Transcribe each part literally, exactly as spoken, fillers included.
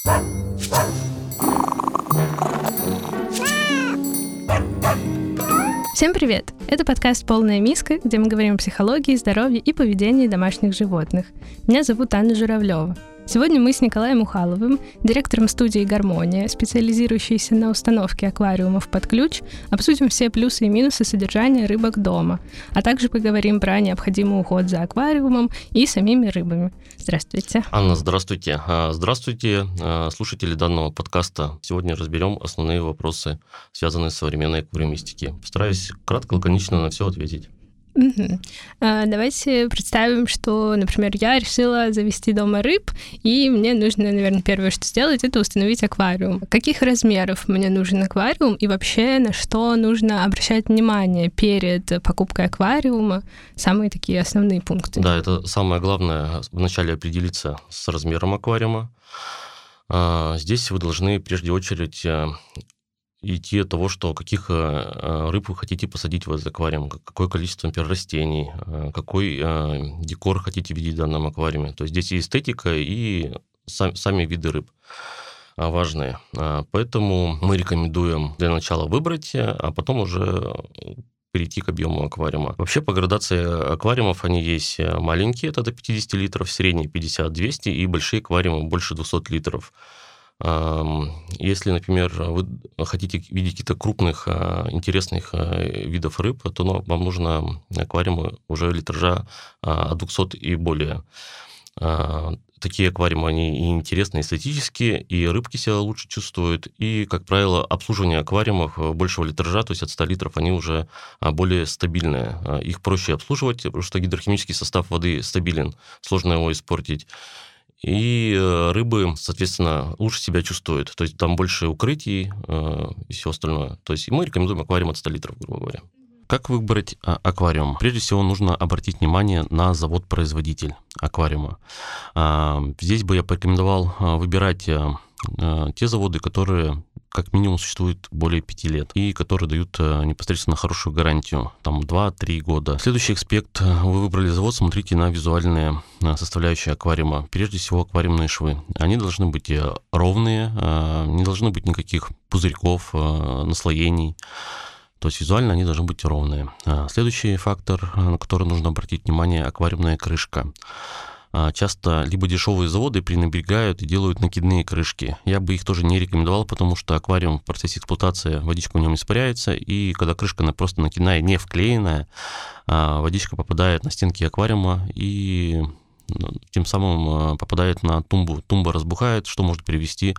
Всем привет! Это подкаст «Полная миска», где мы говорим о психологии, здоровье и поведении домашних животных. Меня зовут Анна Журавлева. Сегодня мы с Николаем Ухаловым, директором студии «Гармония», специализирующейся на установке аквариумов под ключ, обсудим все плюсы и минусы содержания рыбок дома, а также поговорим про необходимый уход за аквариумом и самими рыбами. Здравствуйте. Анна, здравствуйте. Здравствуйте, слушатели данного подкаста. Сегодня разберем основные вопросы, связанные с современной аквариумистикой. Постараюсь кратко, лаконично на все ответить. Угу. А, давайте представим, что, например, я решила завести дома рыб, и мне нужно, наверное, первое, что сделать, это установить аквариум. Каких размеров мне нужен аквариум, и вообще на что нужно обращать внимание перед покупкой аквариума? Самые такие основные пункты. Да, это самое главное, вначале определиться с размером аквариума. А, здесь вы должны, прежде очередь, идти от того, что каких рыб вы хотите посадить в этот аквариум, какое количество, например, растений, какой декор хотите видеть в данном аквариуме. То есть здесь и эстетика, и сами виды рыб важные. Поэтому мы рекомендуем для начала выбрать, а потом уже перейти к объему аквариума. Вообще по градации аквариумов они есть маленькие, это до пятьдесят литров, средние пятьдесят-двести, и большие аквариумы больше двести литров. Если, например, вы хотите видеть каких-то крупных, интересных видов рыб, то вам нужно аквариумы уже литража от двухсот и более. Такие аквариумы, они и интересные, эстетические, и рыбки себя лучше чувствуют, и, как правило, обслуживание аквариумов большего литража, то есть от ста литров, они уже более стабильные. Их проще обслуживать, потому что гидрохимический состав воды стабилен, сложно его испортить. И рыбы, соответственно, лучше себя чувствуют. То есть там больше укрытий и все остальное. То есть мы рекомендуем аквариум от ста литров, грубо говоря. Как выбрать аквариум? Прежде всего, нужно обратить внимание на завод-производитель аквариума. Здесь бы я порекомендовал выбирать те заводы, которые как минимум существуют более пяти лет и которые дают непосредственно хорошую гарантию, там два-три года. Следующий аспект. Вы выбрали завод, смотрите на визуальные составляющие аквариума. Прежде всего, аквариумные швы. Они должны быть ровные, не должно быть никаких пузырьков, наслоений. То есть визуально они должны быть ровные. Следующий фактор, на который нужно обратить внимание, аквариумная крышка. Часто либо дешевые заводы пренебрегают и делают накидные крышки. Я бы их тоже не рекомендовал, потому что аквариум в процессе эксплуатации, водичка в нем испаряется, и когда крышка просто накидная, не вклеенная, водичка попадает на стенки аквариума и тем самым попадает на тумбу. Тумба разбухает, что может привести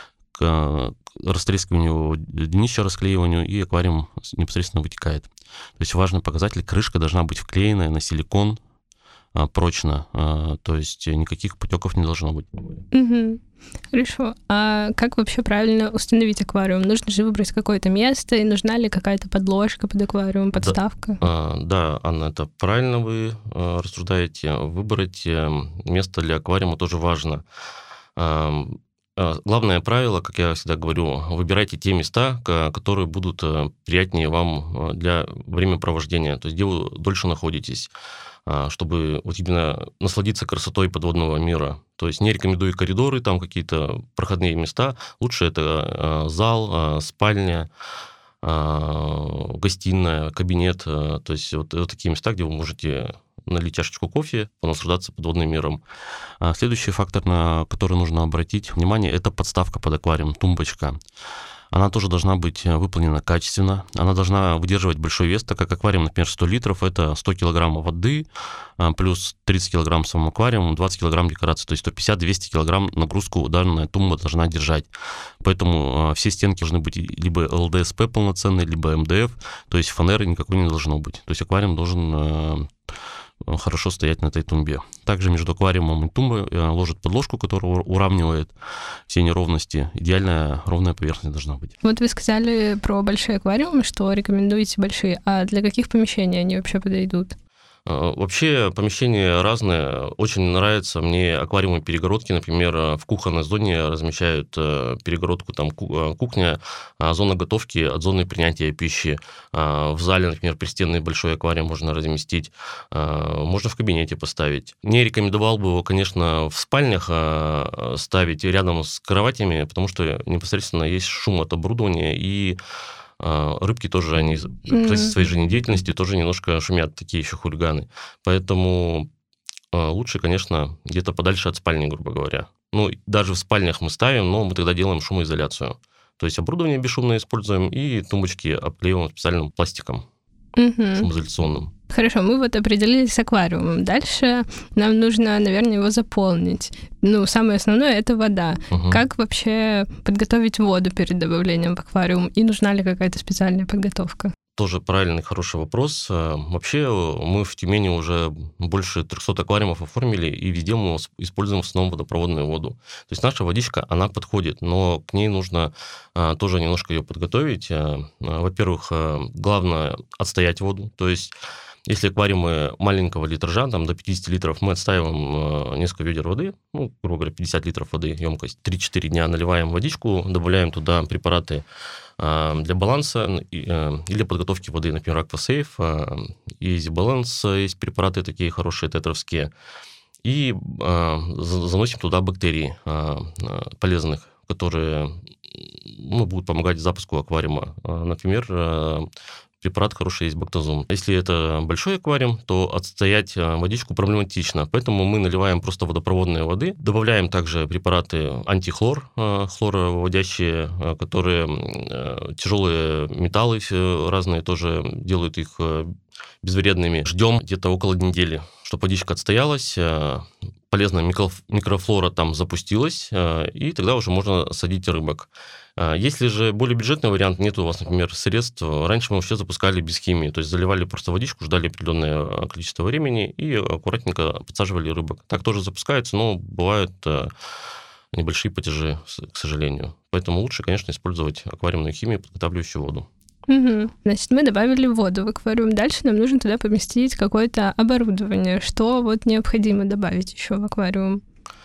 к растрескиванию днища, расклеиванию, и аквариум непосредственно вытекает. То есть важный показатель: крышка должна быть вклеенная на силикон прочно, то есть никаких потеков не должно быть. Угу. Хорошо. А как вообще правильно установить аквариум? Нужно же выбрать какое-то место, и нужна ли какая-то подложка под аквариум, подставка? Да, да, Анна, это правильно вы рассуждаете. Выбрать место для аквариума тоже важно. Главное правило, как я всегда говорю, выбирайте те места, которые будут приятнее вам для времяпровождения, то есть где вы дольше находитесь, чтобы вот именно насладиться красотой подводного мира. То есть не рекомендую коридоры, там какие-то проходные места. Лучше это зал, спальня, гостиная, кабинет. То есть вот, вот такие места, где вы можете налить чашечку кофе, понаслаждаться подводным миром. Следующий фактор, на который нужно обратить внимание, это подставка под аквариум, тумбочка. Она тоже должна быть выполнена качественно, она должна выдерживать большой вес, так как аквариум, например, сто литров, это сто килограммов воды, плюс тридцать килограмм самому аквариуму, двадцать килограмм декорации, то есть сто пятьдесят-двести килограмм нагрузку данная тумба должна держать. Поэтому все стенки должны быть либо эл дэ эс пэ полноценные, либо эм дэ эф, то есть фанеры никакой не должно быть. То есть аквариум должен хорошо стоять на этой тумбе. Также между аквариумом и тумбой ложат подложку, которая уравнивает все неровности. Идеальная ровная поверхность должна быть. Вот вы сказали про большие аквариумы, что рекомендуете большие. А для каких помещений они вообще подойдут? Вообще помещения разные. Очень нравятся мне аквариумы-перегородки. Например, в кухонной зоне размещают перегородку, там кухня, зона готовки от зоны принятия пищи. В зале, например, пристенный большой аквариум можно разместить. Можно в кабинете поставить. Не рекомендовал бы его, конечно, в спальнях ставить рядом с кроватями, потому что непосредственно есть шум от оборудования, и рыбки тоже, они в процессе своей жизнедеятельности тоже немножко шумят, такие еще хулиганы. Поэтому лучше, конечно, где-то подальше от спальни, грубо говоря. Ну, даже в спальнях мы ставим, но мы тогда делаем шумоизоляцию. То есть оборудование бесшумное используем и тумбочки обклеиваем специальным пластиком, угу. шумоизоляционным. Хорошо, мы вот определились с аквариумом. Дальше нам нужно, наверное, его заполнить. Ну, самое основное — это вода. Угу. Как вообще подготовить воду перед добавлением в аквариум? И нужна ли какая-то специальная подготовка? Тоже правильный, хороший вопрос. Вообще мы в Тюмени уже больше трехсот аквариумов оформили, и везде мы используем в основном водопроводную воду. То есть наша водичка, она подходит, но к ней нужно тоже немножко ее подготовить. Во-первых, главное отстоять воду. То есть если аквариумы маленького литража, там до пятьдесят литров, мы отстаиваем несколько ведер воды, ну, грубо говоря, пятьдесят литров воды, емкость. три-четыре дня наливаем водичку, добавляем туда препараты для баланса и для подготовки воды, например, Aquasafe, Easy Balance, есть препараты такие хорошие, тетровские, и заносим туда бактерии полезных, которые, ну, будут помогать запуску аквариума. Например, препарат хороший есть бактозум. Если это большой аквариум, то отстоять водичку проблематично, поэтому мы наливаем просто водопроводной воды, добавляем также препараты антихлор, хлоровыводящие, которые тяжелые металлы разные тоже делают их безвредными. Ждем где-то около недели, чтобы водичка отстоялась, полезная микрофлора там запустилась, и тогда уже можно садить рыбок. Если же более бюджетный вариант, нет у вас, например, средств, раньше мы вообще запускали без химии, то есть заливали просто водичку, ждали определенное количество времени и аккуратненько подсаживали рыбок. Так тоже запускается, но бывают небольшие потяжи, к сожалению. Поэтому лучше, конечно, использовать аквариумную химию, подготавливающую воду. Угу. Значит, мы добавили воду в аквариум. Дальше нам нужно туда поместить какое-то оборудование. Что вот необходимо добавить еще в аквариум?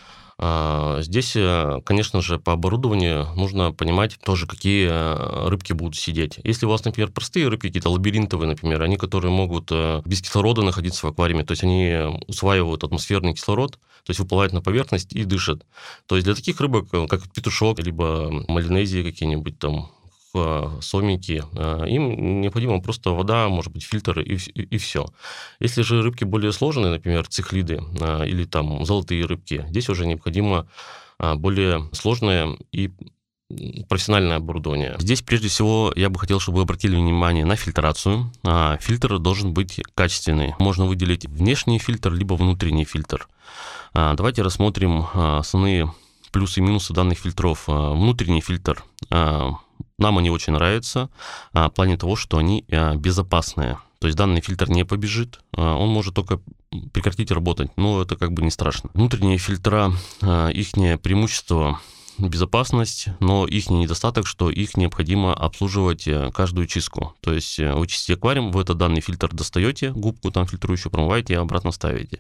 Здесь, конечно же, по оборудованию нужно понимать тоже, какие рыбки будут сидеть. Если у вас, например, простые рыбки, какие-то лабиринтовые, например, они, которые могут без кислорода находиться в аквариуме, то есть они усваивают атмосферный кислород, то есть выплывают на поверхность и дышат. То есть для таких рыбок, как петушок, либо малинезии какие-нибудь там, сомики, им необходима просто вода, может быть, фильтр и, и, и все. Если же рыбки более сложные, например, цихлиды или там золотые рыбки, здесь уже необходимо более сложное и профессиональное оборудование. Здесь, прежде всего, я бы хотел, чтобы вы обратили внимание на фильтрацию. Фильтр должен быть качественный. Можно выделить внешний фильтр, либо внутренний фильтр. Давайте рассмотрим основные плюсы и минусы данных фильтров. Внутренний фильтр, нам они очень нравятся в плане того, что они безопасные. То есть данный фильтр не побежит, он может только прекратить работать, но это как бы не страшно. Внутренние фильтра, ихнее преимущество – безопасность, но их недостаток, что их необходимо обслуживать каждую чистку. То есть вы чистите аквариум, вы этот данный фильтр достаете, губку там фильтрующую промываете и обратно ставите.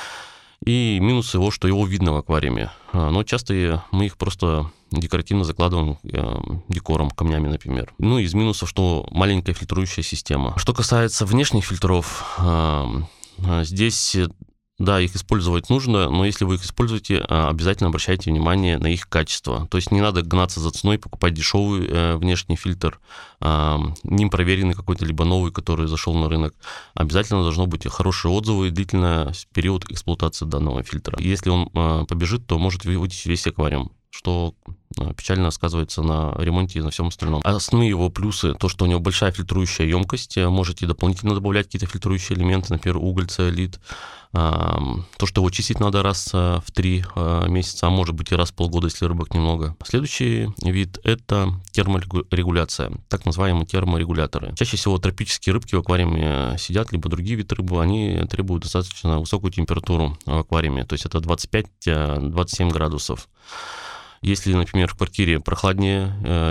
И минус его, что его видно в аквариуме. Но часто мы их просто декоративно закладываем декором, камнями, например. Ну, из минусов, что маленькая фильтрующая система. Что касается внешних фильтров, здесь, да, их использовать нужно, но если вы их используете, обязательно обращайте внимание на их качество. То есть не надо гнаться за ценой, покупать дешевый внешний фильтр, не проверенный какой-то, либо новый, который зашел на рынок. Обязательно должно быть хорошие отзывы и длительный период эксплуатации данного фильтра. Если он побежит, то может вытечь весь аквариум, что печально сказывается на ремонте и на всем остальном. Основные его плюсы, то, что у него большая фильтрующая емкость, можете дополнительно добавлять какие-то фильтрующие элементы, например, уголь, циолит. То, что его чистить надо раз в три месяца, а может быть и раз в полгода, если рыбок немного. Следующий вид – это терморегуляция, так называемые терморегуляторы. Чаще всего тропические рыбки в аквариуме сидят, либо другие виды рыбы, они требуют достаточно высокую температуру в аквариуме, то есть это двадцать пять - двадцать семь градусов. Если, например, в квартире прохладнее,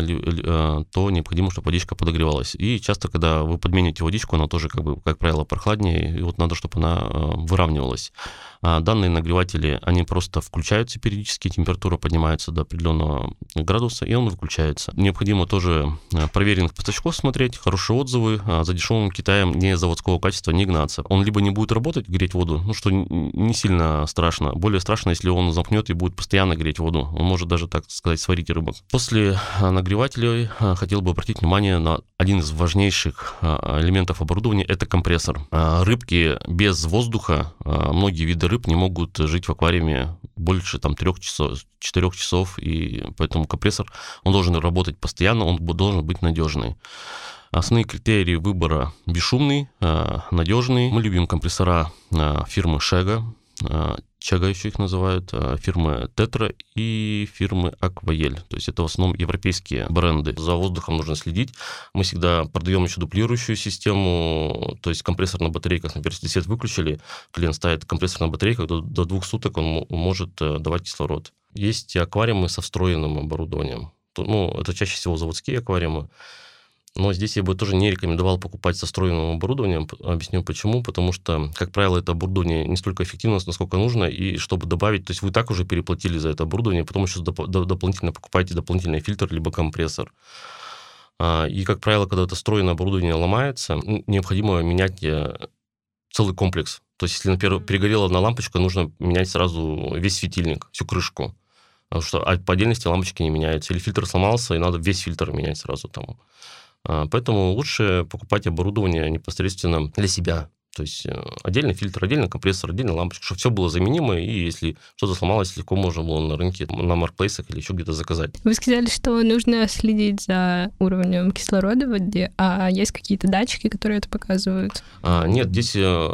то необходимо, чтобы водичка подогревалась. И часто, когда вы подмените водичку, она тоже, как бы, как правило, прохладнее, и вот надо, чтобы она выравнивалась. Данные нагреватели, они просто включаются периодически, температура поднимается до определенного градуса, и он выключается. Необходимо тоже проверенных поставщиков смотреть, хорошие отзывы, за дешевым Китаем не заводского качества не гнаться. Он либо не будет работать, греть воду, ну что не сильно страшно. Более страшно, если он замкнет и будет постоянно греть воду. Он может даже, так сказать, сварить рыбок. После нагревателей хотел бы обратить внимание на один из важнейших элементов оборудования – это компрессор. Рыбки без воздуха, многие виды рыб не могут жить в аквариуме больше там, трех часов, четырех часов, и поэтому компрессор, он должен работать постоянно, он должен быть надежный. Основные критерии выбора: бесшумный, надежный. Мы любим компрессора фирмы Шега, Чага еще их называют, фирмы Тетра и фирмы Акваель. То есть это в основном европейские бренды. За воздухом нужно следить. Мы всегда продаем еще дуплирующую систему, то есть компрессор на батарейках, например, если свет выключили, клиент ставит компрессор на батарейках, до, до двух суток он может давать кислород. Есть аквариумы со встроенным оборудованием. Ну, это чаще всего заводские аквариумы. Но здесь я бы тоже не рекомендовал покупать со встроенным оборудованием. Объясню почему. Потому что, как правило, это оборудование не столько эффективно, насколько нужно. И чтобы добавить, то есть вы так уже переплатили за это оборудование, потом еще доп- дополнительно покупаете дополнительный фильтр либо компрессор. И, как правило, когда это встроенное оборудование ломается, необходимо менять целый комплекс. То есть, если, например, перегорела одна лампочка, нужно менять сразу весь светильник, всю крышку. Потому что по отдельности лампочки не меняются. Или фильтр сломался, и надо весь фильтр менять сразу там. Поэтому лучше покупать оборудование непосредственно для себя. То есть отдельный фильтр, отдельный компрессор, отдельная лампочка, чтобы все было заменимо, и если что-то сломалось, легко можно было на рынке, на маркетплейсах или еще где-то заказать. Вы сказали, что нужно следить за уровнем кислорода в воде, а есть какие-то датчики, которые это показывают? А, нет, здесь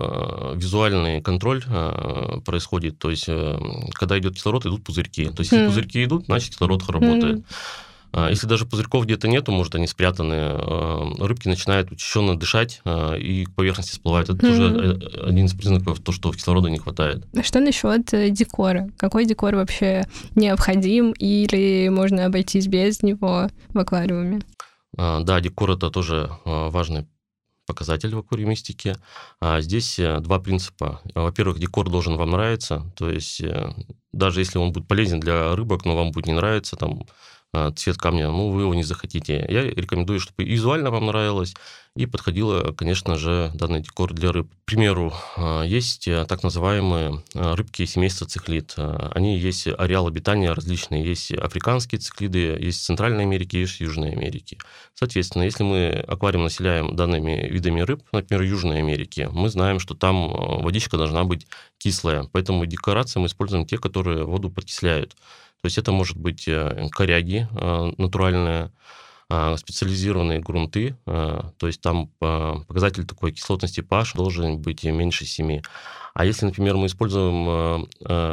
визуальный контроль происходит, то есть когда идет кислород, идут пузырьки. То есть если mm. пузырьки идут, значит кислород работает. Mm. Если даже пузырьков где-то нету, может, они спрятаны, рыбки начинают учащенно дышать и к поверхности всплывают. Это mm-hmm. тоже один из признаков того, что кислорода не хватает. А что насчет декора? Какой декор вообще необходим или можно обойтись без него в аквариуме? Да, декор – это тоже важный показатель в аквариумистике. Здесь два принципа. Во-первых, декор должен вам нравиться, то есть даже если он будет полезен для рыбок, но вам будет не нравиться, там, цвет камня, ну, вы его не захотите. Я рекомендую, чтобы и визуально вам нравилось, и подходило, конечно же, данный декор для рыб. К примеру, есть так называемые рыбки семейства цихлид. Они есть ареал обитания различные. Есть африканские цихлиды, есть в Центральной Америке, есть в Южной Америке. Соответственно, если мы аквариум населяем данными видами рыб, например, в Южной Америке, мы знаем, что там водичка должна быть кислая. Поэтому декорации мы используем те, которые воду подкисляют. То есть это может быть коряги натуральные, специализированные грунты, то есть там показатель такой кислотности pH должен быть меньше семи. А если, например, мы используем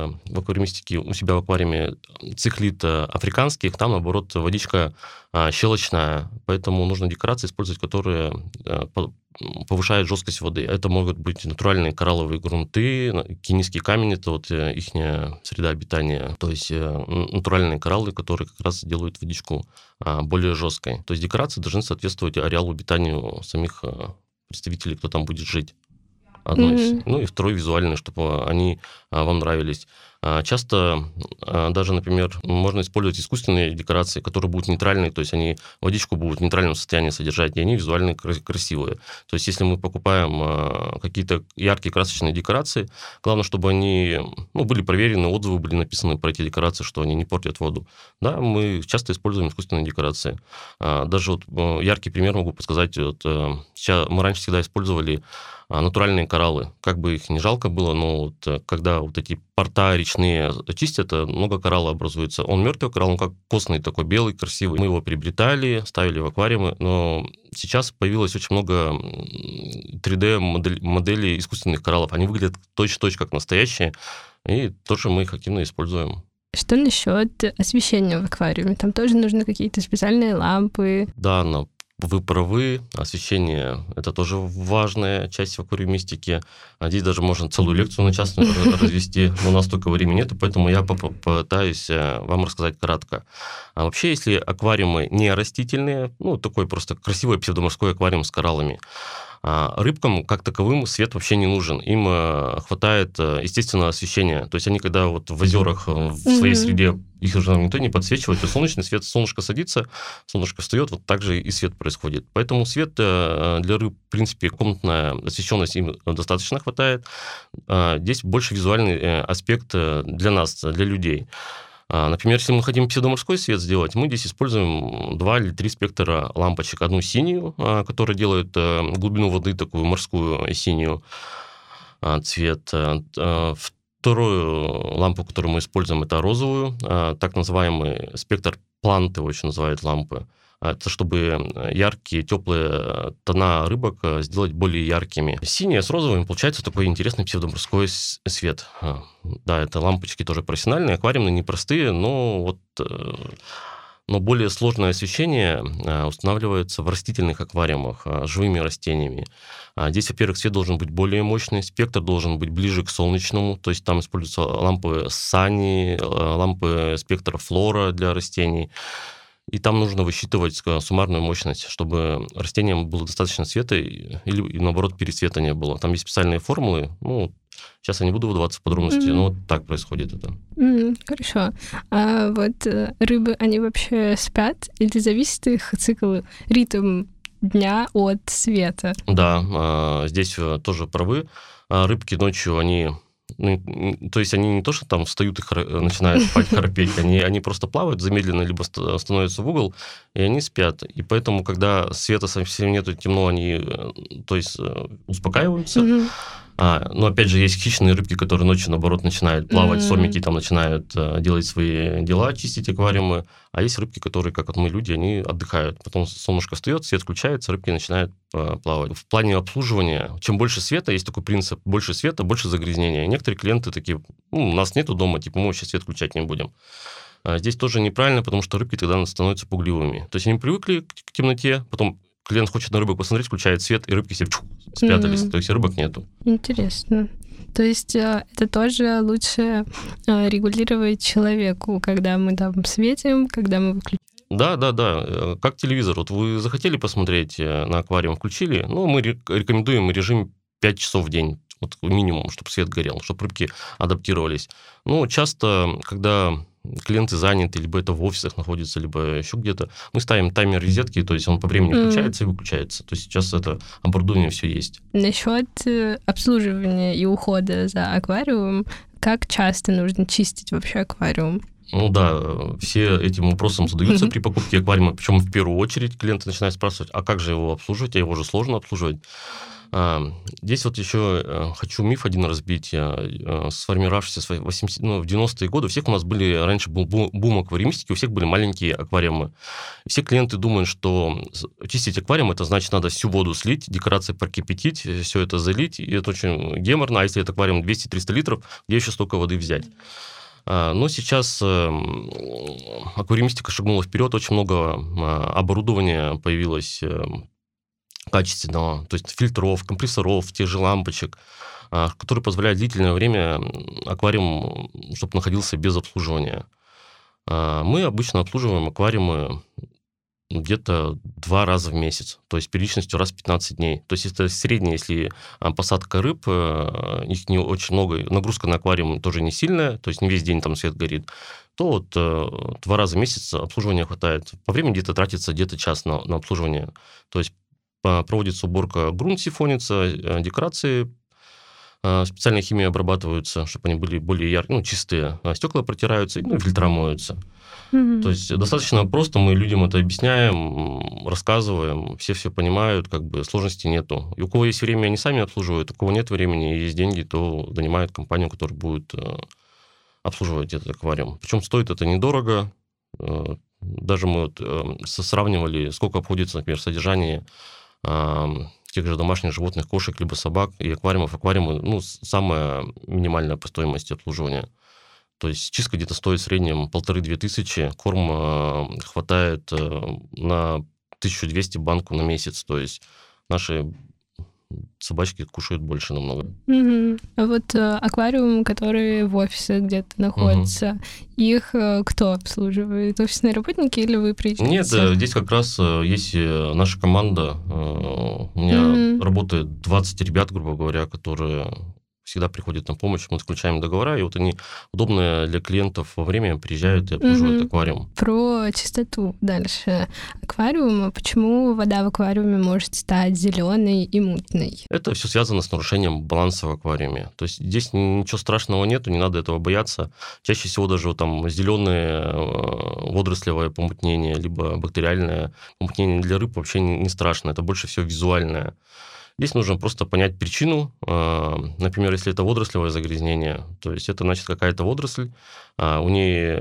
в аквариумистике у себя в аквариуме цихлид африканских, там, наоборот, водичка щелочная, поэтому нужно декорации использовать, которые повышают жесткость воды. Это могут быть натуральные коралловые грунты, кенийский камень, это вот их среда обитания, то есть натуральные кораллы, которые как раз делают водичку более жесткой. То есть декорации должны соответствовать ареалу обитанию самих представителей, кто там будет жить. Одно mm-hmm. из. Ну и второй визуальный, чтобы они вам нравились. Часто даже, например, можно использовать искусственные декорации, которые будут нейтральные, то есть они водичку будут в нейтральном состоянии содержать, и они визуально красивые. То есть если мы покупаем какие-то яркие красочные декорации, главное, чтобы они ну, были проверены, отзывы были написаны про эти декорации, что они не портят воду. Да, мы часто используем искусственные декорации. Даже вот яркий пример могу подсказать. Вот, сейчас, мы раньше всегда использовали натуральные кораллы. Как бы их не жалко было, но вот, когда вот эти порта речные чистят, много коралла образуется. Он мертвый коралл, он как костный такой, белый, красивый. Мы его приобретали, ставили в аквариумы, но сейчас появилось очень много три дэ-моделей искусственных кораллов. Они выглядят точно-точно как настоящие, и тоже мы их активно используем. Что насчет освещения в аквариуме? Там тоже нужны какие-то специальные лампы? Да, но Вы правы, освещение – это тоже важная часть в аквариумистике. А здесь даже можно целую лекцию на час развести, но у нас столько времени нет, поэтому я попытаюсь вам рассказать кратко. А вообще, если аквариумы не растительные, ну, такой просто красивый псевдоморской аквариум с кораллами, а рыбкам, как таковым, свет вообще не нужен. Им хватает естественного освещения. То есть они, когда вот в озерах, в своей mm-hmm. среде, их уже никто не подсвечивает, то солнечный свет, солнышко садится, солнышко встает, вот так же и свет происходит. Поэтому свет для рыб, в принципе, комнатная освещенность им достаточно хватает. Здесь больше визуальный аспект для нас, для людей. Например, если мы хотим псевдоморской свет сделать, мы здесь используем два или три спектра лампочек. Одну синюю, которая делает глубину воды такую морскую синюю цвет. Вторую лампу, которую мы используем, это розовую, так называемый спектр плант, его еще называют лампы. Это чтобы яркие, теплые тона рыбок сделать более яркими. Синяя с розовым получается такой интересный псевдоморской свет. Да, это лампочки тоже профессиональные, аквариумные, непростые, но вот... Но более сложное освещение устанавливается в растительных аквариумах с живыми растениями. Здесь, во-первых, свет должен быть более мощный, спектр должен быть ближе к солнечному, то есть там используются лампы Сани, лампы спектра флора для растений. И там нужно высчитывать суммарную мощность, чтобы растениям было достаточно света или, наоборот, пересвета не было. Там есть специальные формулы. Ну, сейчас я не буду выдаваться в подробности, mm-hmm. но вот так происходит это. Mm, хорошо. А вот рыбы, они вообще спят? Или зависит их цикл, ритм дня от света? Да, здесь тоже правы. Рыбки ночью, они... Ну, то есть они не то, что там встают и хра... начинают спать, храпеть, они, они просто плавают замедленно, либо становятся в угол, и они спят. И поэтому, когда света совсем нету, темно, они, то есть, успокаиваются. Mm-hmm. А, но, опять же, есть хищные рыбки, которые ночью, наоборот, начинают плавать, mm-hmm. сомики там начинают делать свои дела, чистить аквариумы. А есть рыбки, которые, как вот мы, люди, они отдыхают. Потом солнышко встает, свет включается, рыбки начинают плавать. В плане обслуживания, чем больше света, есть такой принцип, больше света, больше загрязнения. И некоторые клиенты такие, ну, у нас нету дома, типа, мы вообще свет включать не будем. А здесь тоже неправильно, потому что рыбки тогда становятся пугливыми. То есть они привыкли к темноте, потом клиент хочет на рыбок посмотреть, включает свет, и рыбки все чух, спрятались. Mm-hmm. То есть рыбок нету. Интересно. То есть это тоже лучше регулировать человеку, когда мы там светим, когда мы выключаем? Да, да, да. Как телевизор. Вот вы захотели посмотреть на аквариум, включили, ну, мы рекомендуем режим пять часов в день. Вот минимум, чтобы свет горел, чтобы рыбки адаптировались. Ну, часто, когда клиенты заняты, либо это в офисах находится, либо еще где-то, мы ставим таймер розетки, то есть он по времени включается mm. и выключается. То есть сейчас это оборудование все есть. Насчет обслуживания и ухода за аквариумом, как часто нужно чистить вообще аквариум? Ну да, все этим вопросом задаются mm-hmm. при покупке аквариума, причем в первую очередь клиенты начинают спрашивать, а как же его обслуживать, а его же сложно обслуживать. Здесь вот еще хочу миф один разбить, сформировавшийся в восьмидесятые, ну, в девяностые годы. У всех у нас были, раньше был бум аквариумистики, у всех были маленькие аквариумы. Все клиенты думают, что чистить аквариум, это значит, надо всю воду слить, декорации прокипятить, все это залить, и это очень геморно, а если это аквариум двести-триста литров, где еще столько воды взять? Но сейчас аквариумистика шагнула вперед, очень много оборудования появилось качественного, то есть фильтров, компрессоров, тех же лампочек, которые позволяют длительное время аквариум, чтобы находился без обслуживания. Мы обычно обслуживаем аквариумы где-то два раза в месяц, то есть периодичностью раз в пятнадцать дней. То есть это средняя, если посадка рыб, их не очень много, нагрузка на аквариум тоже не сильная, то есть не весь день там свет горит, то вот два раза в месяц обслуживания хватает. По времени где-то тратится где-то час на, на обслуживание. То есть проводится уборка, грунт сифонится, декорации, специальной химией обрабатываются, чтобы они были более яркие, ну, чистые, стекла протираются, ну, и фильтра моются. Mm-hmm. То есть достаточно просто, мы людям это объясняем, рассказываем, все все понимают, как бы сложностей нету. И у кого есть время, они сами обслуживают, у кого нет времени и есть деньги, то нанимают компанию, которая будет обслуживать этот аквариум. Причем стоит это недорого. Даже мы вот сравнивали, сколько обходится, например, содержание тех же домашних животных, кошек, либо собак и аквариумов. Аквариумы, ну, самая минимальная по стоимости обслуживания. То есть чистка где-то стоит в среднем полторы-две тысячи, корм хватает на тысячу двести банку на месяц. То есть наши собачки кушают больше намного. Угу. А вот э, аквариумы, которые в офисе где-то находятся, угу. их э, кто обслуживает? Офисные работники или вы приезжаете? Нет, э, здесь как раз э, есть наша команда. Э, у меня угу. работает двадцать ребят, грубо говоря, которые всегда приходят на помощь, мы заключаем договора, и вот они, удобно для клиентов во время, приезжают и обслуживают mm-hmm. аквариум. Про чистоту дальше аквариума. Почему вода в аквариуме может стать зеленой и мутной? Это все связано с нарушением баланса в аквариуме. То есть здесь ничего страшного нету, не надо этого бояться. Чаще всего даже вот там зеленое водорослевое помутнение, либо бактериальное помутнение для рыб вообще не страшно, это больше всего визуальное. Здесь нужно просто понять причину. Например, если это водорослевое загрязнение, то есть это значит какая-то водоросль, у нее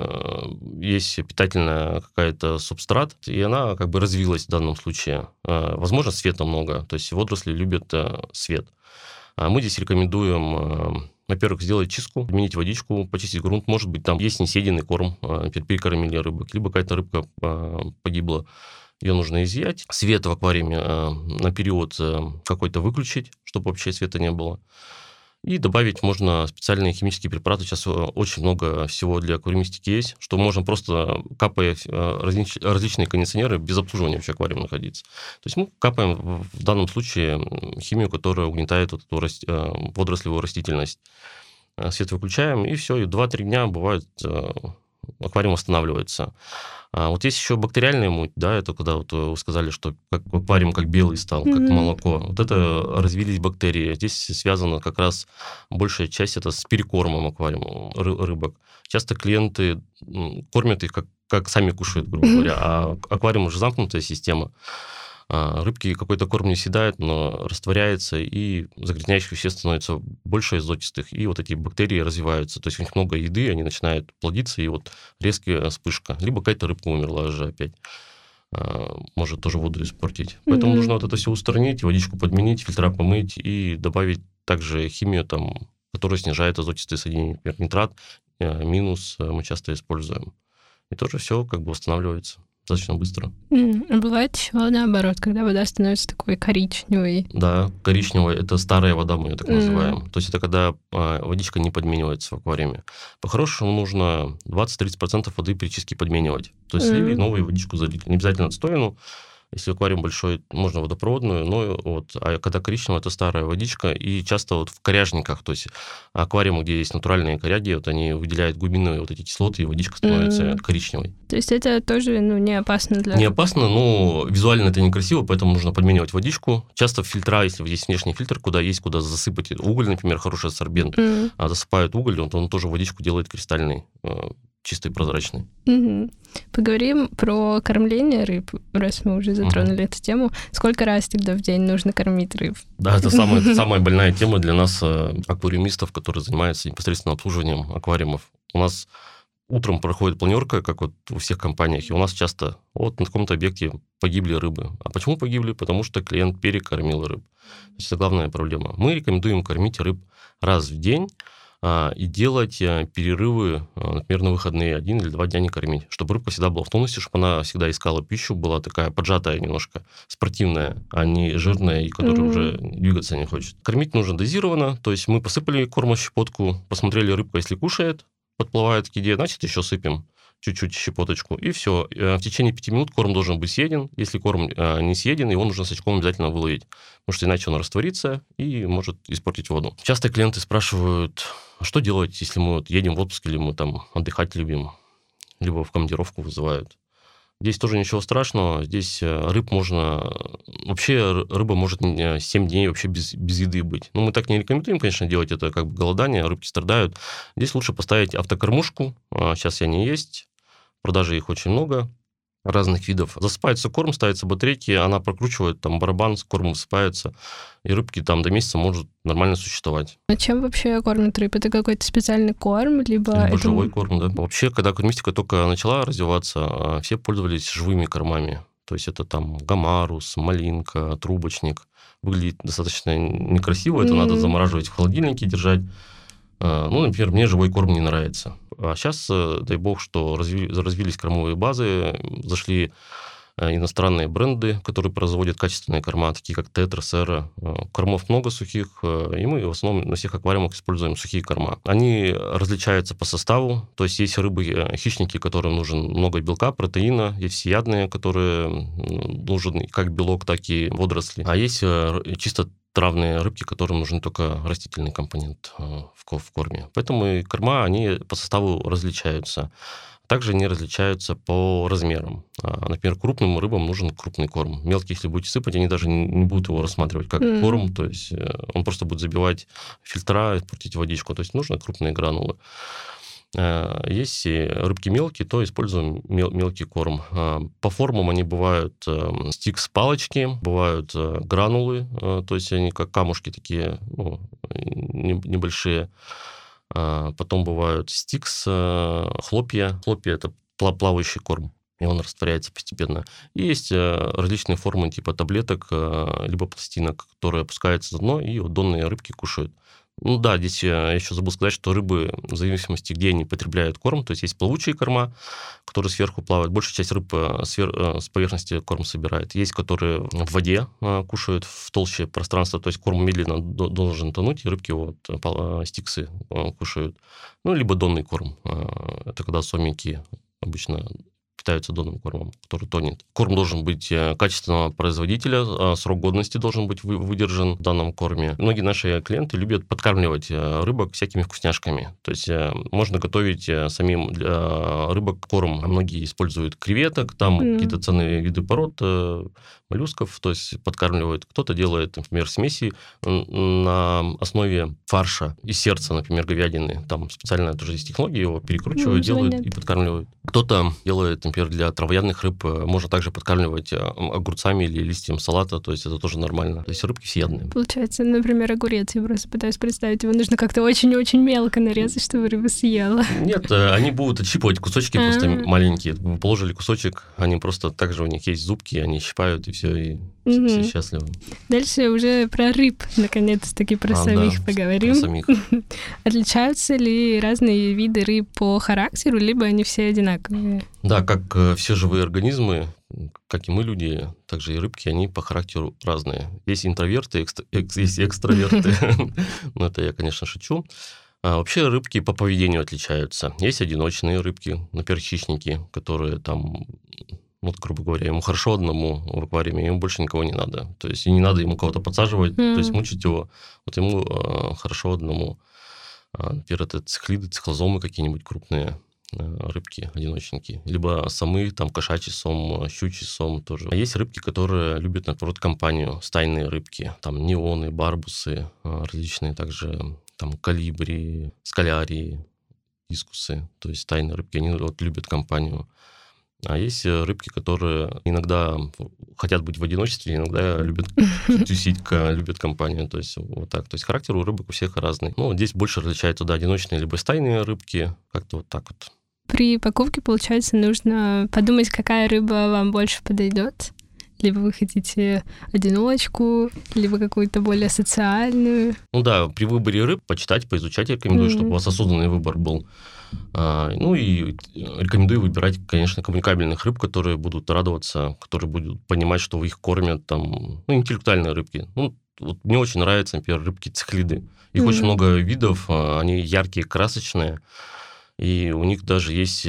есть питательная какая-то субстрат, и она как бы развилась в данном случае. Возможно, света много, то есть водоросли любят свет. Мы здесь рекомендуем, во-первых, сделать чистку, изменить водичку, почистить грунт. Может быть, там есть несъеденный корм, перекормили рыбок, либо какая-то рыбка погибла. Ее нужно изъять. Свет в аквариуме э, на период э, какой-то выключить, чтобы вообще света не было. И добавить можно специальные химические препараты. Сейчас очень много всего для аквариумистики есть, что можно просто, капая э, различ, различные кондиционеры, без обслуживания вообще аквариум находиться. То есть мы капаем в данном случае химию, которая угнетает вот эту раст, э, водорослевую растительность. Свет выключаем, и все, и два-три дня бывает... Э, аквариум восстанавливается. А вот есть еще бактериальная муть, да, это когда вот вы сказали, что как аквариум как белый стал, mm-hmm. как молоко. Вот это развились бактерии. Здесь связано как раз большая часть это с перекормом аквариума рыбок. Часто клиенты кормят их как, как сами кушают, грубо говоря, а аквариум уже замкнутая система. Рыбки какой-то корм не съедают, но растворяется, и загрязняющих веществ становится больше азотистых, и вот эти бактерии развиваются. То есть у них много еды, они начинают плодиться, и вот резкая вспышка. Либо какая-то рыбка умерла уже опять. Может тоже воду испортить. Поэтому mm-hmm. нужно вот это все устранить, водичку подменить, фильтра помыть и добавить также химию, там, которая снижает азотистые соединения. Например, нитрат, минус мы часто используем. И тоже все как бы восстанавливается достаточно быстро. Mm, а бывает еще наоборот, когда вода становится такой коричневой. Да, коричневая – это старая вода, мы ее так mm. называем. То есть это когда а, водичка не подменивается в аквариуме. По-хорошему нужно двадцать-тридцать процентов воды при чистке подменивать. То есть mm. слили, новую водичку залили. Не обязательно отстойную. Если аквариум большой, можно водопроводную, но вот, а когда коричневая, это старая водичка, и часто вот в коряжниках, то есть аквариумы, где есть натуральные коряги, вот они выделяют глубинные вот эти кислоты, и водичка становится mm. коричневой. То есть это тоже, ну, не опасно для... Не опасно, но визуально это некрасиво, поэтому нужно подменивать водичку. Часто фильтра, если есть внешний фильтр, куда есть, куда засыпать уголь, например, хороший сорбент, mm. а засыпают уголь, он, он тоже водичку делает кристальной, чистый, прозрачный. Угу. Поговорим про кормление рыб, раз мы уже затронули угу. эту тему. Сколько раз тогда в день нужно кормить рыб? Да, это самая, самая больная тема для нас, аквариумистов, которые занимаются непосредственно обслуживанием аквариумов. У нас утром проходит планерка, как вот у всех компаниях, и у нас часто вот на каком-то объекте погибли рыбы. А почему погибли? Потому что клиент перекормил рыб. То есть это главная проблема. Мы рекомендуем кормить рыб раз в день, и делать перерывы, например, на выходные, один или два дня не кормить, чтобы рыбка всегда была в тонусе, чтобы она всегда искала пищу, была такая поджатая немножко, спортивная, а не жирная, и которая mm-hmm. уже двигаться не хочет. Кормить нужно дозированно, то есть мы посыпали корм, щепотку, посмотрели, рыбка, если кушает, подплывает к еде, значит, еще сыпем чуть-чуть щепоточку, и все. В течение пяти минут корм должен быть съеден. Если корм не съеден, его нужно с очком обязательно выловить, потому что иначе он растворится и может испортить воду. Часто клиенты спрашивают, что делать, если мы вот едем в отпуск, или мы там отдыхать любим, либо в командировку вызывают. Здесь тоже ничего страшного. Здесь рыб можно... Вообще рыба может семь дней вообще без, без еды быть. Но мы так не рекомендуем, конечно, делать это как бы голодание, рыбки страдают. Здесь лучше поставить автокормушку. Сейчас они есть. В продаже их очень много. Разных видов. Засыпается корм, ставятся батарейки, она прокручивает, там барабан с кормом высыпается, и рыбки там до месяца может нормально существовать. А чем вообще кормят рыб? Это какой-то специальный корм, либо... Либо это... живой корм, да. Вообще, когда кормистика только начала развиваться, все пользовались живыми кормами. То есть это там гамарус, малинка, трубочник. Выглядит достаточно некрасиво, это mm-hmm. надо замораживать в холодильнике, держать. Ну, например, мне живой корм не нравится. А сейчас, дай бог, что разви, развились кормовые базы, зашли иностранные бренды, которые производят качественные корма, такие как Тетра, Сера. Кормов много сухих, и мы в основном на всех аквариумах используем сухие корма. Они различаются по составу, то есть есть рыбы-хищники, которым нужен много белка, протеина, есть всеядные, которые нужен как белок, так и водоросли, а есть чисто травные рыбки, которым нужен только растительный компонент в корме. Поэтому и корма, они по составу различаются. Также они различаются по размерам. Например, крупным рыбам нужен крупный корм. Мелкий, если будете сыпать, они даже не будут его рассматривать как mm. корм, то есть он просто будет забивать фильтра, испортить водичку. То есть нужны крупные гранулы. Если рыбки мелкие, то используем мел- мелкий корм. По формам они бывают стикс-палочки, бывают гранулы, то есть они как камушки такие, ну, небольшие. Потом бывают стикс, хлопья. Хлопья – это плавающий корм, и он растворяется постепенно. И есть различные формы типа таблеток, либо пластинок, которые опускаются на дно, и вот донные рыбки кушают. Ну да, здесь я еще забыл сказать, что рыбы, в зависимости, где они потребляют корм, то есть есть плавучие корма, которые сверху плавают. Большая часть рыб свер... с поверхности корм собирает. Есть, которые в воде кушают, в толще пространства, то есть корм медленно должен тонуть, и рыбки вот стиксы кушают. Ну, либо донный корм. Это когда сомики обычно питаются донным кормом, который тонет. Корм должен быть качественного производителя, срок годности должен быть выдержан в данном корме. Многие наши клиенты любят подкармливать рыбок всякими вкусняшками. То есть можно готовить самим для рыбок корм. Многие используют креветок, там mm. какие-то ценные виды пород, моллюсков, то есть подкармливают. Кто-то делает, например, смеси на основе фарша и сердца, например, говядины. Там специально тоже есть технологии, его перекручивают, mm, делают понятно. И подкармливают. Кто-то делает, например, для травоядных рыб можно также подкармливать огурцами или листьем салата, то есть это тоже нормально. То есть рыбки всеядные. Получается, например, огурец, я просто пытаюсь представить, его нужно как-то очень-очень мелко нарезать, чтобы рыба съела. Нет, они будут отщипывать кусочки А-а-а. просто маленькие. Вы положили кусочек, они просто также, у них есть зубки, они щипают, и все, и угу. все счастливы. Дальше уже про рыб, наконец-таки про а, самих да, поговорим. Про самих. Отличаются ли разные виды рыб по характеру, либо они все одинаковые? Да, как все живые организмы, как и мы, люди, также и рыбки, они по характеру разные. Есть интроверты, экстра... есть экстраверты. Но это я, конечно, шучу. А вообще рыбки по поведению отличаются. Есть одиночные рыбки, например, хищники, которые там, вот, грубо говоря, ему хорошо одному в аквариуме, ему больше никого не надо. То есть и не надо ему кого-то подсаживать, mm. то есть мучить его. Вот ему э, хорошо одному. Например, это цихлиды, цихлозомы какие-нибудь крупные рыбки, одиночники. Либо самы, там, кошачий сом, щучий сом тоже. А есть рыбки, которые любят, наоборот, компанию, стайные рыбки. Там неоны, барбусы, различные также, там, калибри, скалярии, дискусы. То есть стайные рыбки, они вот любят компанию. А есть рыбки, которые иногда хотят быть в одиночестве, иногда любят тусить, любят компанию. То есть вот так. То есть характер у рыбок у всех разный. Ну, здесь больше различаются, да, одиночные либо стайные рыбки. Как-то вот так вот. При покупке, получается, нужно подумать, какая рыба вам больше подойдет. Либо вы хотите одиночку, либо какую-то более социальную. Ну да, при выборе рыб почитать, поизучать я рекомендую, mm-hmm. чтобы у вас осознанный выбор был. А, ну и рекомендую выбирать, конечно, коммуникабельных рыб, которые будут радоваться, которые будут понимать, что вы их кормят, там, ну, интеллектуальные рыбки. Ну, вот мне очень нравятся, например, рыбки-цихлиды. Их mm-hmm. очень много видов, они яркие, красочные, и у них даже есть...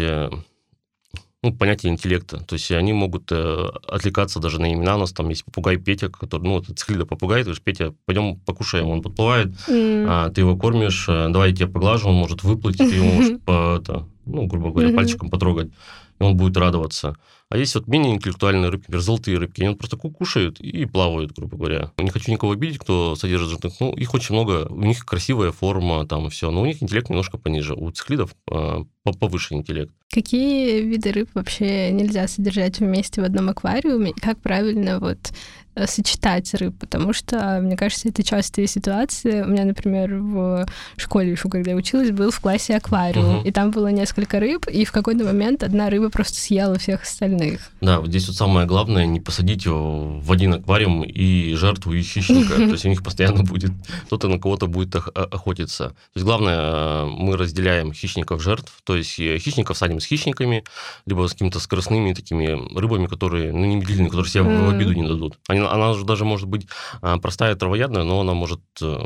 Ну, понятие интеллекта. То есть они могут э, отвлекаться даже на имена. У нас там есть попугай Петя, который, ну, это цихлида попугай, ты говоришь, Петя, пойдем покушаем. Он подплывает, mm. а, ты его кормишь, давай я тебя поглажу, он может выплыть, ты его можешь, по, это, ну, грубо говоря, mm-hmm. пальчиком потрогать, и он будет радоваться. А есть вот менее интеллектуальные рыбки, например, золотые рыбки, они просто кушают и плавают, грубо говоря. Не хочу никого обидеть, кто содержит животных, ну, их очень много, у них красивая форма, там, и все, но у них интеллект немножко пониже, у цихлидов а, повыше интеллект. Какие виды рыб вообще нельзя содержать вместе в одном аквариуме? И как правильно вот сочетать рыб? Потому что, мне кажется, это частая ситуация. У меня, например, в школе еще, когда я училась, был в классе аквариум, uh-huh. и там было несколько рыб, и в какой-то момент одна рыба рыба просто съела всех остальных. Да, вот здесь вот самое главное, не посадить его в один аквариум и жертву, и хищника. То есть у них постоянно будет, кто-то на кого-то будет охотиться. То есть главное, мы разделяем хищников жертв, то есть хищников садим с хищниками, либо с какими-то скоростными такими рыбами, которые, ну, не медлительные, которые себе в обиду не дадут. Она, она же даже может быть простая травоядная, но она может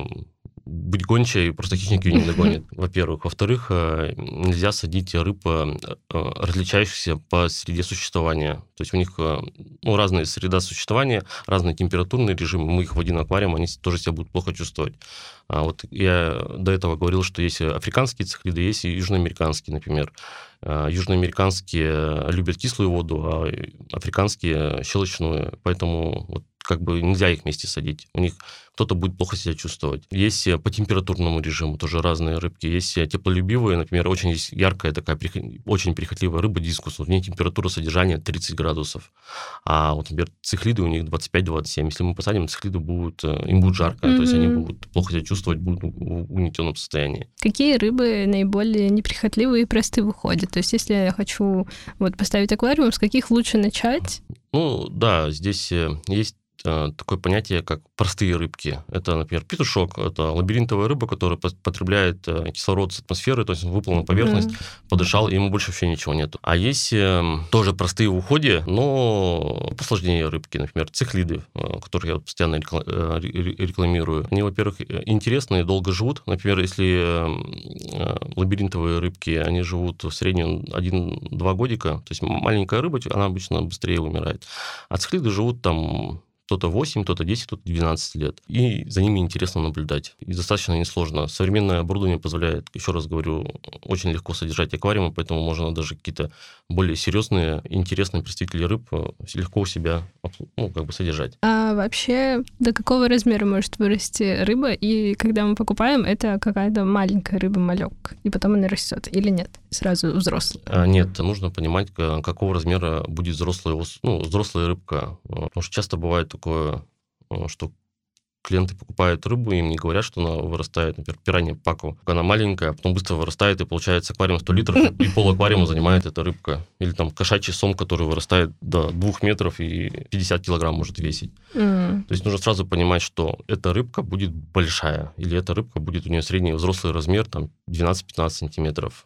быть гончая, и просто хищник ее не догонит, во-первых. Во-вторых, нельзя садить рыб, различающихся по среде существования. То есть у них, ну, разная среда существования, разный температурный режим. Мы их в один аквариум, они тоже себя будут плохо чувствовать. А вот я до этого говорил, что есть африканские цихлиды, есть и южноамериканские, например. Южноамериканские любят кислую воду, а африканские щелочную. Поэтому вот как бы нельзя их вместе садить. У них кто-то будет плохо себя чувствовать. Есть по температурному режиму тоже разные рыбки. Есть теплолюбивые, например, очень есть яркая такая, очень прихотливая рыба дискус. У нее температура содержания тридцать градусов. А вот, например, цихлиды у них двадцать пять - двадцать семь. Если мы посадим, цихлиды будут, им будет жарко, mm-hmm. то есть они будут плохо себя чувствовать, будут в угнетенном состоянии. Какие рыбы наиболее неприхотливые и простые выходят? То есть если я хочу вот поставить аквариум, с каких лучше начать? Ну да, здесь есть такое понятие, как простые рыбки. Это, например, петушок. Это лабиринтовая рыба, которая потребляет кислород с атмосферы, то есть он выплыл на поверхность, mm-hmm. подышал, и ему больше вообще ничего нету. А есть тоже простые в уходе, но посложнее рыбки. Например, цихлиды, которые я постоянно рекламирую. Они, во-первых, интересные, долго живут. Например, если лабиринтовые рыбки, они живут в среднем один-два годика, то есть маленькая рыба, она обычно быстрее умирает. А цихлиды живут там кто-то восемь, кто-то десять, кто-то двенадцать лет. И за ними интересно наблюдать. И достаточно несложно. Современное оборудование позволяет, еще раз говорю, очень легко содержать аквариумы, поэтому можно даже какие-то более серьезные, интересные представители рыб легко у себя, ну, как бы содержать. А вообще, до какого размера может вырасти рыба? И когда мы покупаем, это какая-то маленькая рыба-малек, и потом она растет, или нет? Сразу взрослая? А, нет, нужно понимать, какого размера будет взрослая, ну, взрослая рыбка. Потому что часто бывает такое, что клиенты покупают рыбу, им не говорят, что она вырастает, например, пиранья паку. Она маленькая, а потом быстро вырастает, и получается аквариум сто литров, и пол аквариума занимает эта рыбка. Или там кошачий сом, который вырастает до двух метров и пятьдесят килограмм может весить. Mm. То есть нужно сразу понимать, что эта рыбка будет большая, или эта рыбка будет, у нее средний взрослый размер, там, двенадцать-пятнадцать сантиметров.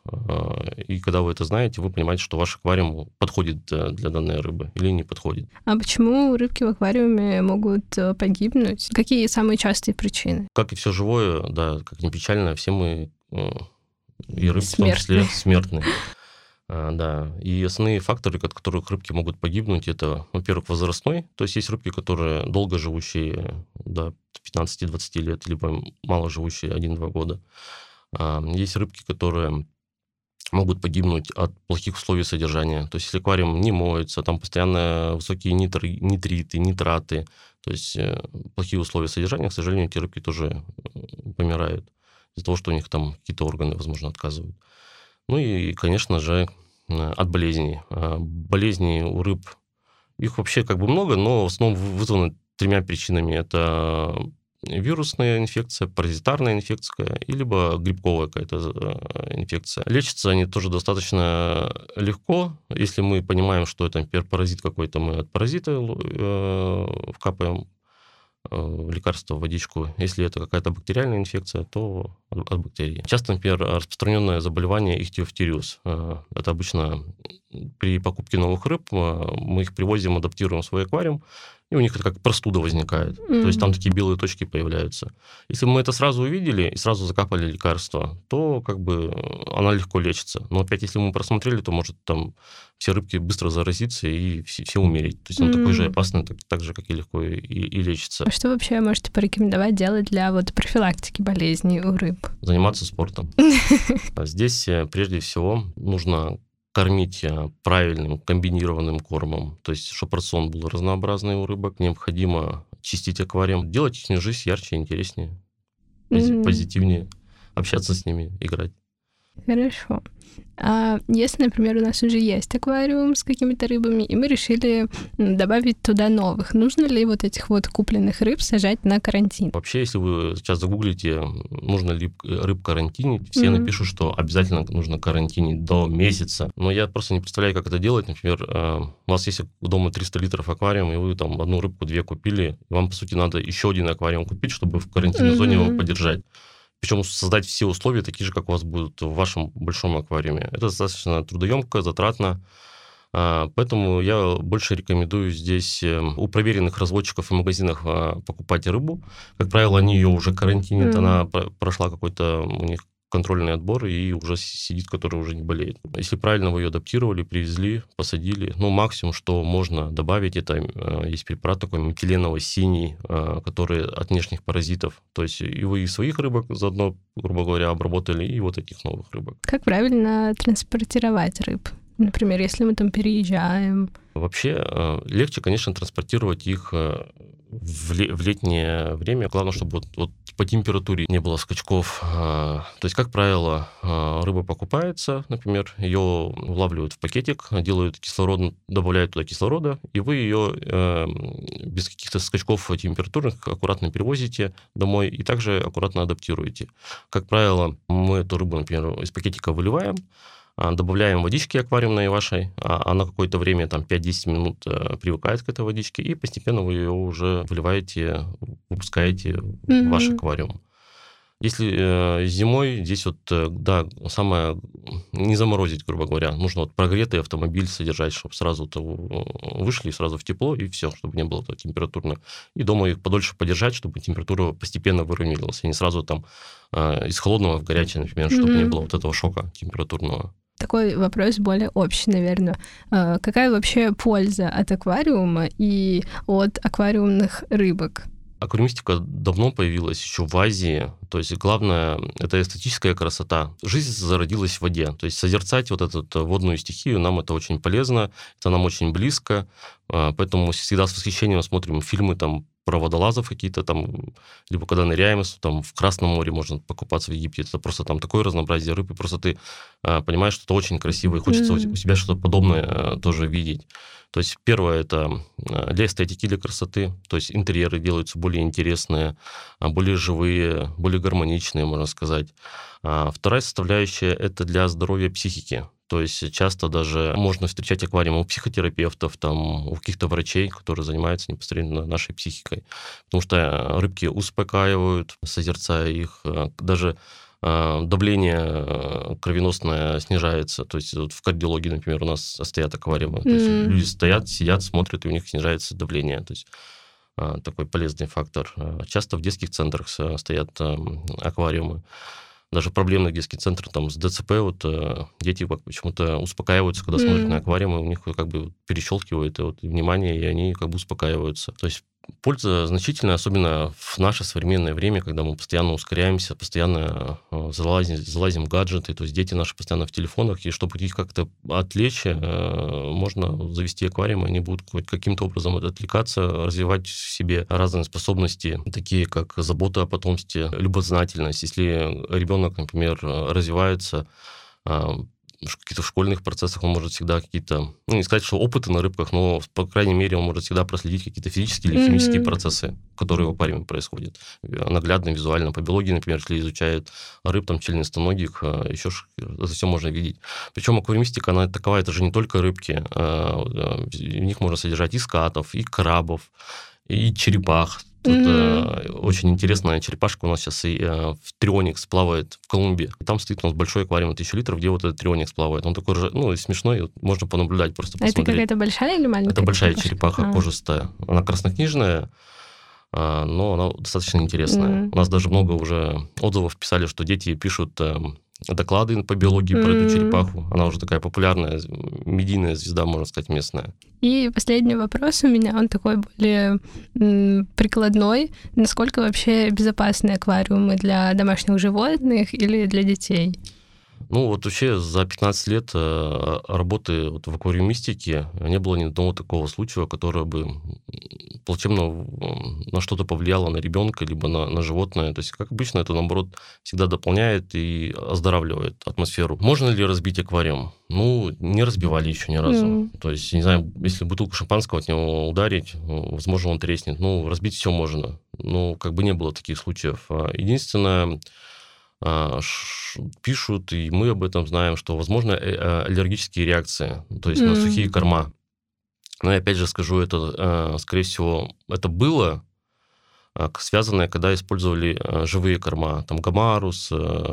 И когда вы это знаете, вы понимаете, что ваш аквариум подходит для данной рыбы или не подходит. А почему рыбки в аквариуме могут погибнуть? Какие самые частые причины? Как и все живое, да, как ни печально, все мы, и рыбы в том числе, смертны. А, да. И основные факторы, от которых рыбки могут погибнуть, это, во-первых, возрастной, то есть есть рыбки, которые долго живущие, до пятнадцати-двадцати лет, либо мало живущие один-два года. А, есть рыбки, которые могут погибнуть от плохих условий содержания. То есть если аквариум не моется, там постоянно высокие нитри, нитриты, нитраты, то есть э, плохие условия содержания, к сожалению, эти рыбки тоже помирают из-за того, что у них там какие-то органы, возможно, отказывают. Ну и, конечно же, от болезней. Болезни у рыб, их вообще как бы много, но в основном вызваны тремя причинами. Это вирусная инфекция, паразитарная инфекция, и либо грибковая какая-то инфекция. Лечатся они тоже достаточно легко, если мы понимаем, что это, например, паразит какой-то, мы от паразита э, вкапаем лекарство в водичку. Если это какая-то бактериальная инфекция, то от бактерий. Часто, например, распространенное заболевание ихтиофтириоз. Это обычно при покупке новых рыб мы их привозим, адаптируем в свой аквариум, и у них это как простуда возникает. Mm-hmm. То есть там такие белые точки появляются. Если мы это сразу увидели и сразу закапали лекарство, то как бы она легко лечится. Но опять, если мы просмотрели, то может там все рыбки быстро заразиться и все, все умереть. То есть он mm-hmm. такой же опасный, так, так же, как и легко и, и лечится. А что вообще можете порекомендовать делать для вот профилактики болезней у рыб? Заниматься спортом. Здесь прежде всего нужно кормить правильным комбинированным кормом, то есть чтобы рацион был разнообразный у рыбок, необходимо чистить аквариум, делать их жизнь ярче, интереснее, mm-hmm. позитивнее, общаться с ними, играть. Хорошо. А если, например, у нас уже есть аквариум с какими-то рыбами, и мы решили добавить туда новых, нужно ли вот этих вот купленных рыб сажать на карантин? Вообще, если вы сейчас загуглите, нужно ли рыб карантинить, все mm-hmm. напишут, что обязательно нужно карантинить до месяца. Но я просто не представляю, как это делать. Например, у вас есть дома триста литров аквариум, и вы там одну рыбку, две купили, и вам, по сути, надо еще один аквариум купить, чтобы в карантинной mm-hmm. зоне его поддержать. Причем создать все условия такие же, как у вас будут в вашем большом аквариуме. Это достаточно трудоемко, затратно. Поэтому я больше рекомендую здесь у проверенных разводчиков и магазинах покупать рыбу. Как правило, они ее уже карантинят, mm-hmm. она прошла какой-то у них контрольный отбор и уже сидит, который уже не болеет. Если правильно вы ее адаптировали, привезли, посадили, ну, максимум, что можно добавить, это есть препарат такой метиленово-синий, который от внешних паразитов. То есть и вы и своих рыбок заодно, грубо говоря, обработали, и вот этих новых рыбок. Как правильно транспортировать рыб? Например, если мы там переезжаем. Вообще легче, конечно, транспортировать их в летнее время. Главное, чтобы вот, вот по температуре не было скачков. То есть, как правило, рыба покупается, например, ее улавливают в пакетик, делают кислород, добавляют туда кислорода, и вы ее без каких-то скачков температурных аккуратно перевозите домой и также аккуратно адаптируете. Как правило, мы эту рыбу, например, из пакетика выливаем, добавляем водички аквариумной вашей, она какое-то время, там, пять-десять минут привыкает к этой водичке, и постепенно вы ее уже выливаете, выпускаете mm-hmm. в ваш аквариум. Если э, зимой, здесь вот, да, самое, не заморозить, грубо говоря, нужно вот прогретый автомобиль содержать, чтобы сразу вышли сразу в тепло, и все, чтобы не было температурно. И дома их подольше подержать, чтобы температура постепенно выровнялась, и не сразу там э, из холодного в горячее, например, чтобы mm-hmm. не было вот этого шока температурного. Такой вопрос более общий, наверное. Какая вообще польза от аквариума и от аквариумных рыбок? Аквариумистика давно появилась еще в Азии. То есть главное – это эстетическая красота. Жизнь зародилась в воде. То есть созерцать вот эту водную стихию нам это очень полезно, это нам очень близко. Поэтому всегда с восхищением смотрим фильмы там, про водолазов какие-то там, либо когда ныряем, там в Красном море можно покупаться в Египте. Это просто там такое разнообразие рыб, и просто ты а, понимаешь, что это очень красиво, и хочется mm-hmm. у себя что-то подобное а, тоже видеть. То есть первое – это для эстетики, для красоты. То есть интерьеры делаются более интересные, более живые, более гармоничные, можно сказать. А вторая составляющая – это для здоровья психики. То есть часто даже можно встречать аквариумы у психотерапевтов, там, у каких-то врачей, которые занимаются непосредственно нашей психикой. Потому что рыбки успокаивают, созерцая их. Даже давление кровеносное снижается. То есть вот в кардиологии, например, у нас стоят аквариумы. Mm-hmm. То есть люди стоят, сидят, смотрят, и у них снижается давление. То есть такой полезный фактор. Часто в детских центрах стоят аквариумы. Даже проблемный детский центр там, с ДЦП, вот, дети как почему-то успокаиваются, когда mm-hmm. смотрят на аквариумы, у них как бы перещелкивает вот, внимание, и они как бы успокаиваются. То есть польза значительная, особенно в наше современное время, когда мы постоянно ускоряемся, постоянно залазим, залазим в гаджеты, то есть дети наши постоянно в телефонах, и чтобы их как-то отвлечь, можно завести аквариум, и они будут каким-то образом отвлекаться, развивать в себе разные способности, такие как забота о потомстве, любознательность. Если ребенок, например, развивается каких-то в школьных процессах, он может всегда какие-то, ну, не сказать, что опыты на рыбках, но, по крайней мере, он может всегда проследить какие-то физические или химические mm-hmm. процессы, которые в аквариуме происходят. Наглядно, визуально. По биологии, например, если изучают рыб, там, членистоногих, еще это все можно видеть. Причем аквариумистика, она такова, это же не только рыбки. В них можно содержать и скатов, и крабов, и черепах. Тут mm-hmm. э, очень интересная черепашка у нас сейчас и э, в Трионикс плавает в Колумбии. И там стоит у нас большой аквариум на тысячу литров, где вот этот Трионикс плавает. Он такой же, ну, смешной, вот, можно понаблюдать, просто посмотреть. Это какая-то большая или маленькая? Это большая черепаха, черепаха а. кожистая. Она краснокнижная, э, но она достаточно интересная. Mm-hmm. У нас даже много уже отзывов писали, что дети пишут э, доклады по биологии mm-hmm. про эту черепаху. Она уже такая популярная, медийная звезда, можно сказать, местная. И последний вопрос у меня, он такой более м, прикладной. Насколько вообще безопасны аквариумы для домашних животных или для детей? Ну, вот вообще за пятнадцать лет работы вот в аквариумистике не было ни одного такого случая, который бы плачевно на что-то повлияло на ребенка, либо на, на животное. То есть, как обычно, это, наоборот, всегда дополняет и оздоравливает атмосферу. Можно ли разбить аквариум? Ну, не разбивали еще ни разу. Mm. То есть, не знаю, если бутылку шампанского от него ударить, возможно, он треснет. Ну, разбить все можно. Ну, как бы не было таких случаев. Единственное, пишут, и мы об этом знаем, что возможно аллергические реакции, то есть mm. на сухие корма. Но я опять же скажу, это, скорее всего, это было связанное, когда использовали живые корма, там гамарус,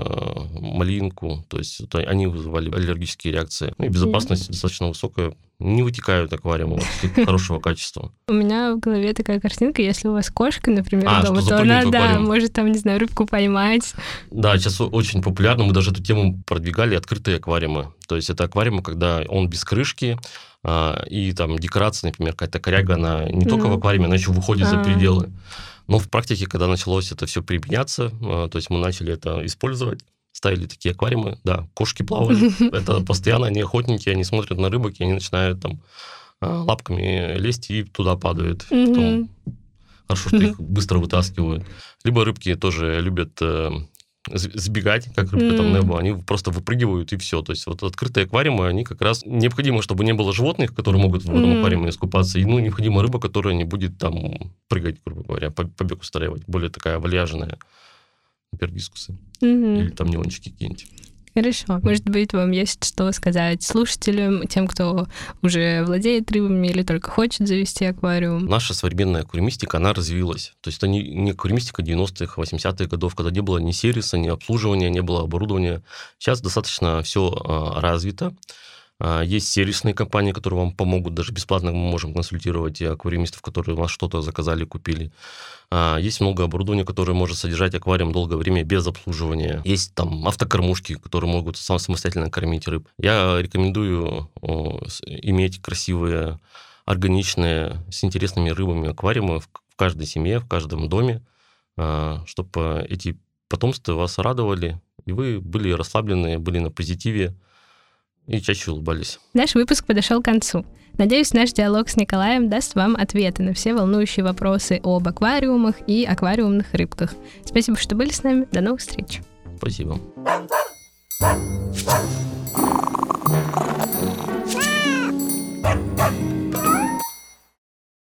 малинку, то есть они вызывали аллергические реакции. Ну, и безопасность mm. достаточно высокая, не вытекают аквариумы вот, хорошего качества. У меня в голове такая картинка, если у вас кошка, например, а, дома, то она, да, может там, не знаю, рыбку поймать. Да, сейчас очень популярно, мы даже эту тему продвигали, открытые аквариумы. То есть это аквариумы, когда он без крышки, и там декорация, например, какая-то коряга, она не mm. только в аквариуме, она еще выходит а. за пределы. Но в практике, когда началось это все применяться, то есть мы начали это использовать, ставили такие аквариумы, да, кошки плавали, это постоянно, они охотники, они смотрят на рыбок, и они начинают там лапками лезть и туда падают. Потом хорошо, что их быстро вытаскивают. Либо рыбки тоже любят сбегать, как рыбка mm. там Немо, они просто выпрыгивают, и все. То есть вот открытые аквариумы, они как раз необходимо, чтобы не было животных, которые могут в этом mm. аквариуме искупаться, и ну, необходима рыба, которая не будет там прыгать, грубо говоря, побег устраивать. Более такая вальяжная, например, дискусы. Mm-hmm. Или там неончики какие-нибудь. Хорошо. Может быть, вам есть что сказать слушателям, тем, кто уже владеет рыбами или только хочет завести аквариум? Наша современная аквариумистика, она развилась. То есть это не, не аквариумистика девяностых, восьмидесятых годов, когда не было ни сервиса, ни обслуживания, не было оборудования. Сейчас достаточно все а, развито. А, есть сервисные компании, которые вам помогут, даже бесплатно мы можем консультировать аквариумистов, которые у нас что-то заказали, купили. Есть много оборудования, которое может содержать аквариум долгое время без обслуживания. Есть там автокормушки, которые могут самостоятельно кормить рыб. Я рекомендую иметь красивые, органичные, с интересными рыбами аквариумы в каждой семье, в каждом доме, чтобы эти потомства вас радовали, и вы были расслаблены, были на позитиве и чаще улыбались. Наш выпуск подошел к концу. Надеюсь, наш диалог с Николаем даст вам ответы на все волнующие вопросы об аквариумах и аквариумных рыбках. Спасибо, что были с нами. До новых встреч. Спасибо.